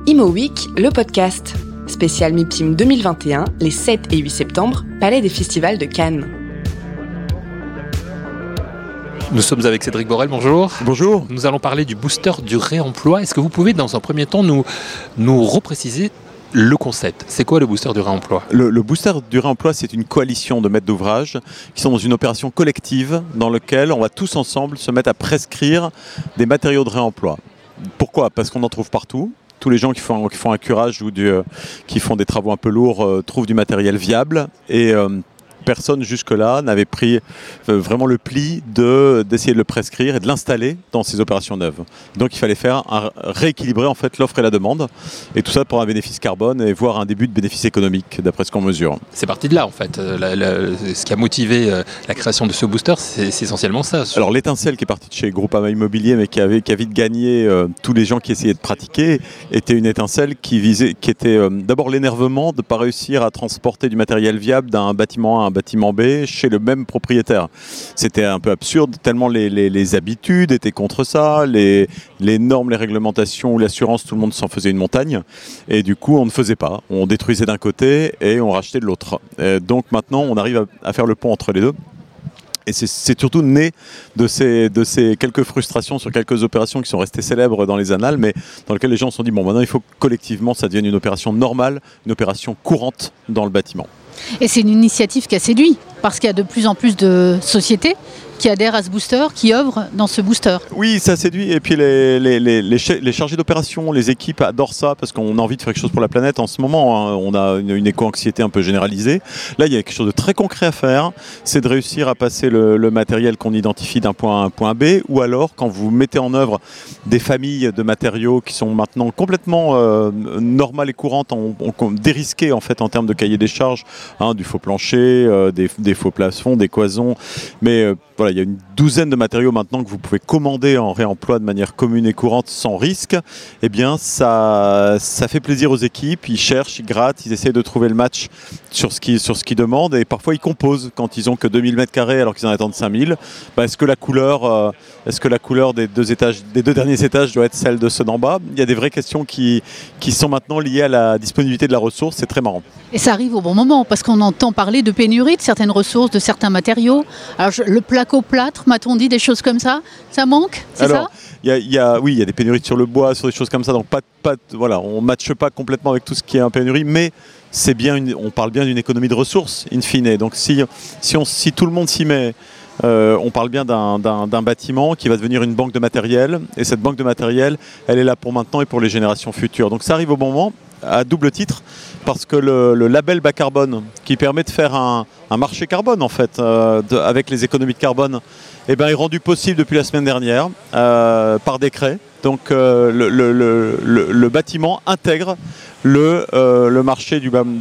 Imo Week, le podcast. Spécial MIPIM 2021, les 7 et 8 septembre, Palais des Festivals de Cannes. Nous sommes avec Cédric Borel, bonjour. Bonjour. Nous allons parler du booster du réemploi. Est-ce que vous pouvez, dans un premier temps, nous repréciser le concept? C'est quoi le booster du réemploi? Le booster du réemploi, c'est une coalition de maîtres d'ouvrage qui sont dans une opération collective dans laquelle on va tous ensemble se mettre à prescrire des matériaux de réemploi. Pourquoi? Parce qu'on en trouve partout. Tous les gens qui font un curage ou qui font des travaux un peu lourds trouvent du matériel viable et personne jusque-là n'avait pris vraiment le pli d'essayer de le prescrire et de l'installer dans ces opérations neuves. Donc il fallait rééquilibrer en fait l'offre et la demande, et tout ça pour un bénéfice carbone et voire un début de bénéfice économique d'après ce qu'on mesure. C'est parti de là en fait. Ce qui a motivé la création de ce booster, c'est essentiellement ça. Alors l'étincelle qui est partie de chez Groupama Immobilier mais qui a vite gagné tous les gens qui essayaient de pratiquer, était une étincelle qui était d'abord l'énervement de ne pas réussir à transporter du matériel viable d'un bâtiment A à un bâtiment B chez le même propriétaire. C'était un peu absurde tellement les habitudes étaient contre ça, les normes, les réglementations ou l'assurance, tout le monde s'en faisait une montagne et du coup on ne faisait pas. On détruisait d'un côté et on rachetait de l'autre. Donc maintenant on arrive à faire le pont entre les deux. Et c'est surtout né de ces quelques frustrations sur quelques opérations qui sont restées célèbres dans les annales, mais dans lesquelles les gens se sont dit bon, maintenant il faut que collectivement ça devienne une opération normale, une opération courante dans le bâtiment. Et c'est une initiative qui a séduit, parce qu'il y a de plus en plus de sociétés qui adhèrent à ce booster, qui œuvrent dans ce booster. Oui, ça séduit. Et puis les chargés d'opération, les équipes adorent ça parce qu'on a envie de faire quelque chose pour la planète en ce moment. Hein. On a une éco-anxiété un peu généralisée. Là, il y a quelque chose de très concret à faire. C'est de réussir à passer le matériel qu'on identifie d'un point A à un point B. Ou alors, quand vous mettez en œuvre des familles de matériaux qui sont maintenant complètement normales et courantes, dérisquées en fait en termes de cahier des charges, hein, du faux plancher, des faux plafonds, des cloisons. Mais voilà, il y a une douzaine de matériaux maintenant que vous pouvez commander en réemploi de manière commune et courante sans risque. Eh bien, ça fait plaisir aux équipes. Ils cherchent, ils grattent, ils essayent de trouver le match sur ce qu'ils demandent. Et parfois, ils composent quand ils n'ont que 2000 m² alors qu'ils en attendent 5000. Est-ce que la couleur des deux derniers étages doit être celle de ceux d'en bas? Il y a des vraies questions qui sont maintenant liées à la disponibilité de la ressource. C'est très marrant. Et ça arrive au bon moment, parce qu'on entend parler de pénurie de certaines ressources, de certains matériaux. Alors, le placo-plâtre, m'a-t-on dit, des choses comme ça? Ça manque? C'est ça? Il y a des pénuries sur le bois, sur des choses comme ça. Donc, voilà, on ne matche pas complètement avec tout ce qui est en pénurie, mais on parle bien d'une économie de ressources, in fine. Donc, si tout le monde s'y met, on parle bien d'un bâtiment qui va devenir une banque de matériel. Et cette banque de matériel, elle est là pour maintenant et pour les générations futures. Donc, ça arrive au bon moment, à double titre, parce que le label bas carbone qui permet de faire un marché carbone en fait avec les économies de carbone est rendu possible depuis la semaine dernière par décret. Donc le bâtiment intègre le marché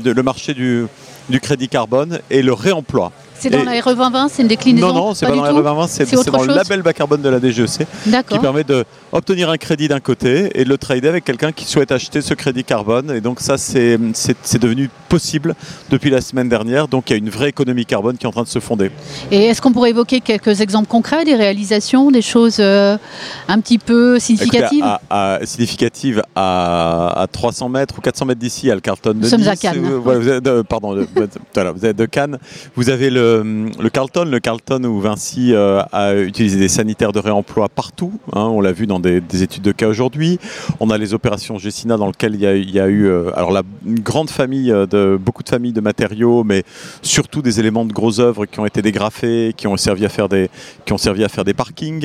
du crédit carbone et le réemploi. C'est dans la RE 2020, c'est une déclinaison? Non, c'est pas dans la RE 2020, c'est dans le label bas carbone de la DGEC qui permet d'obtenir un crédit d'un côté et de le trader avec quelqu'un qui souhaite acheter ce crédit carbone. Et donc ça, c'est devenu possible depuis la semaine dernière. Donc il y a une vraie économie carbone qui est en train de se fonder. Et est-ce qu'on pourrait évoquer quelques exemples concrets, des réalisations, des choses un petit peu significatives? Écoutez, significatives à 300 mètres ou 400 mètres d'ici, à le Carlton de Nice. Nous sommes à Cannes. Vous êtes de Cannes. Vous avez le Carlton où Vinci a utilisé des sanitaires de réemploi partout. Hein, on l'a vu dans des études de cas aujourd'hui. On a les opérations Gessina dans lesquelles il y a eu une grande famille, beaucoup de familles de matériaux, mais surtout des éléments de grosses œuvres qui ont été dégrafés, qui ont servi à faire des parkings.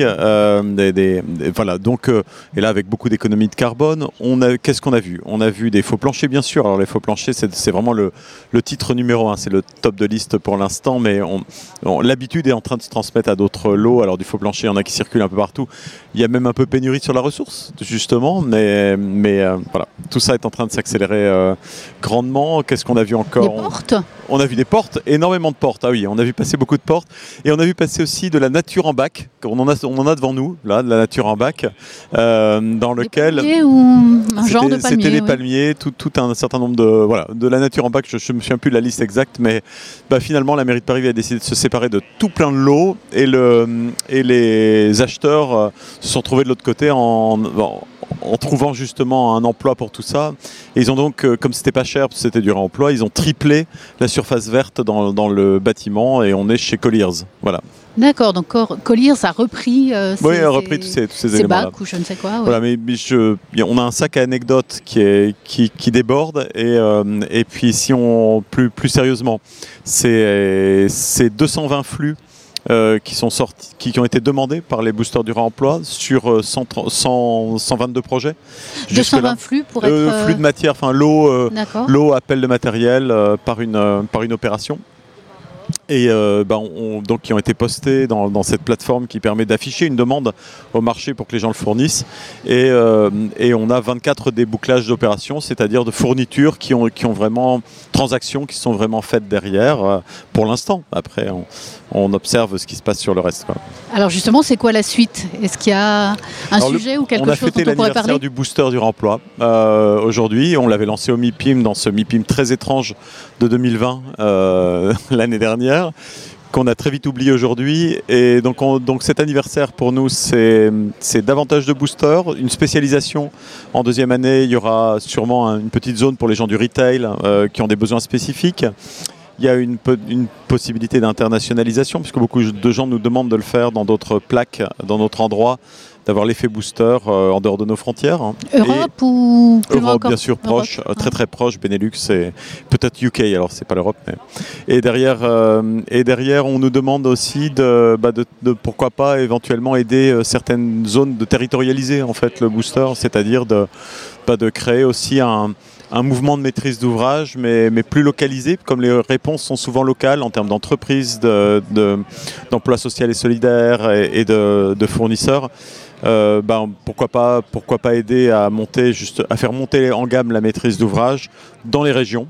Voilà. Donc, et là, avec beaucoup d'économies de carbone, qu'est-ce qu'on a vu? On a vu des faux planchers, bien sûr. Alors les faux planchers, c'est vraiment le titre numéro 1. C'est le top de liste pour l'instant, mais l'habitude est en train de se transmettre à d'autres lots. Alors du faux plancher, il y en a qui circulent un peu partout. Il y a même un peu pénurie sur la ressource, justement, mais voilà, tout ça est en train de s'accélérer grandement. Qu'est-ce qu'on a vu encore? Des portes? On a vu des portes, énormément de portes. Ah oui, on a vu passer beaucoup de portes. Et on a vu passer aussi de la nature en bac. On en a devant nous, là, de la nature en bac, dans lequel... Des palmiers ou un genre de palmier? C'était des palmiers, tout un certain nombre de la nature en bac. Je ne me souviens plus de la liste exacte, mais finalement, la mairie de Paris a décidé de se séparer de tout plein de lots et les acheteurs se sont trouvés de l'autre côté en en trouvant justement un emploi pour tout ça. Et ils ont donc, comme c'était pas cher, parce que c'était du réemploi, ils ont triplé la surface verte dans le bâtiment et on est chez Colliers. Voilà. D'accord, donc Colliers a repris, oui, a repris tous ces éléments-là. bacs ou je ne sais quoi. Ouais. Voilà, mais on a un sac à anecdotes qui déborde et puis si on plus sérieusement, c'est 220 flux qui sont sortis, qui ont été demandés par les boosters du réemploi sur 122 projets. 220 flux pour être flux de matière, enfin l'eau, appel de matériel par une opération. Et donc qui ont été postés dans cette plateforme qui permet d'afficher une demande au marché pour que les gens le fournissent. Et on a 24 débouclages d'opérations, c'est-à-dire de fournitures qui ont vraiment transactions qui sont vraiment faites derrière pour l'instant. Après, on observe ce qui se passe sur le reste, quoi. Alors justement, c'est quoi la suite? Est-ce qu'il y a un sujet ou quelque chose dont on pourrait parler? On a fêté l'anniversaire du booster du réemploi aujourd'hui. On l'avait lancé au MIPIM, dans ce MIPIM très étrange de 2020 l'année dernière, qu'on a très vite oublié aujourd'hui. Et donc cet anniversaire pour nous, c'est davantage de boosters, une spécialisation. En deuxième année, il y aura sûrement une petite zone pour les gens du retail qui ont des besoins spécifiques. Il y a une possibilité d'internationalisation, puisque beaucoup de gens nous demandent de le faire dans d'autres plaques, dans d'autres endroits, d'avoir l'effet booster en dehors de nos frontières. Europe ou plus loin Europe, encore? bien sûr, proche, très très proche, Benelux et peut-être UK, alors c'est pas l'Europe. Mais... Et derrière, on nous demande aussi de pourquoi pas éventuellement aider certaines zones de territorialiser en fait le booster, c'est-à-dire de créer aussi un mouvement de maîtrise d'ouvrage, mais plus localisé, comme les réponses sont souvent locales en termes d'entreprise, d'emploi social et solidaire et de fournisseurs. Pourquoi pas aider à faire monter en gamme la maîtrise d'ouvrage dans les régions,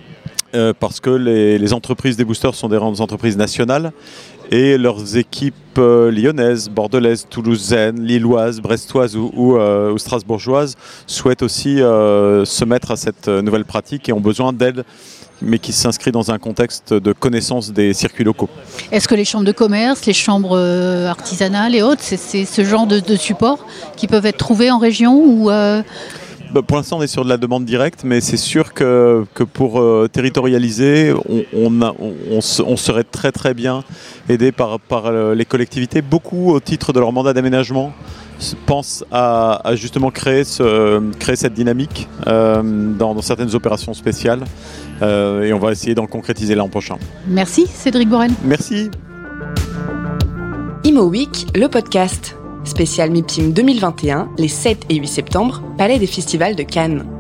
parce que les entreprises des boosters sont des entreprises nationales et leurs équipes lyonnaises, bordelaises, toulousaines, lilloises, brestoises ou strasbourgeoises souhaitent aussi se mettre à cette nouvelle pratique et ont besoin d'aide, mais qui s'inscrit dans un contexte de connaissance des circuits locaux. Est-ce que les chambres de commerce, les chambres artisanales et autres, c'est ce genre de support qui peuvent être trouvés en région ou Pour l'instant, on est sur de la demande directe, mais c'est sûr que pour territorialiser, on serait très très bien aidé par les collectivités. Beaucoup, au titre de leur mandat d'aménagement, pensent à justement créer cette dynamique dans certaines opérations spéciales. Et on va essayer d'en concrétiser l'an prochain. Merci Cédric Borel. Merci. Imo Week, le podcast. Spécial MIPIM 2021, les 7 et 8 septembre, Palais des Festivals de Cannes.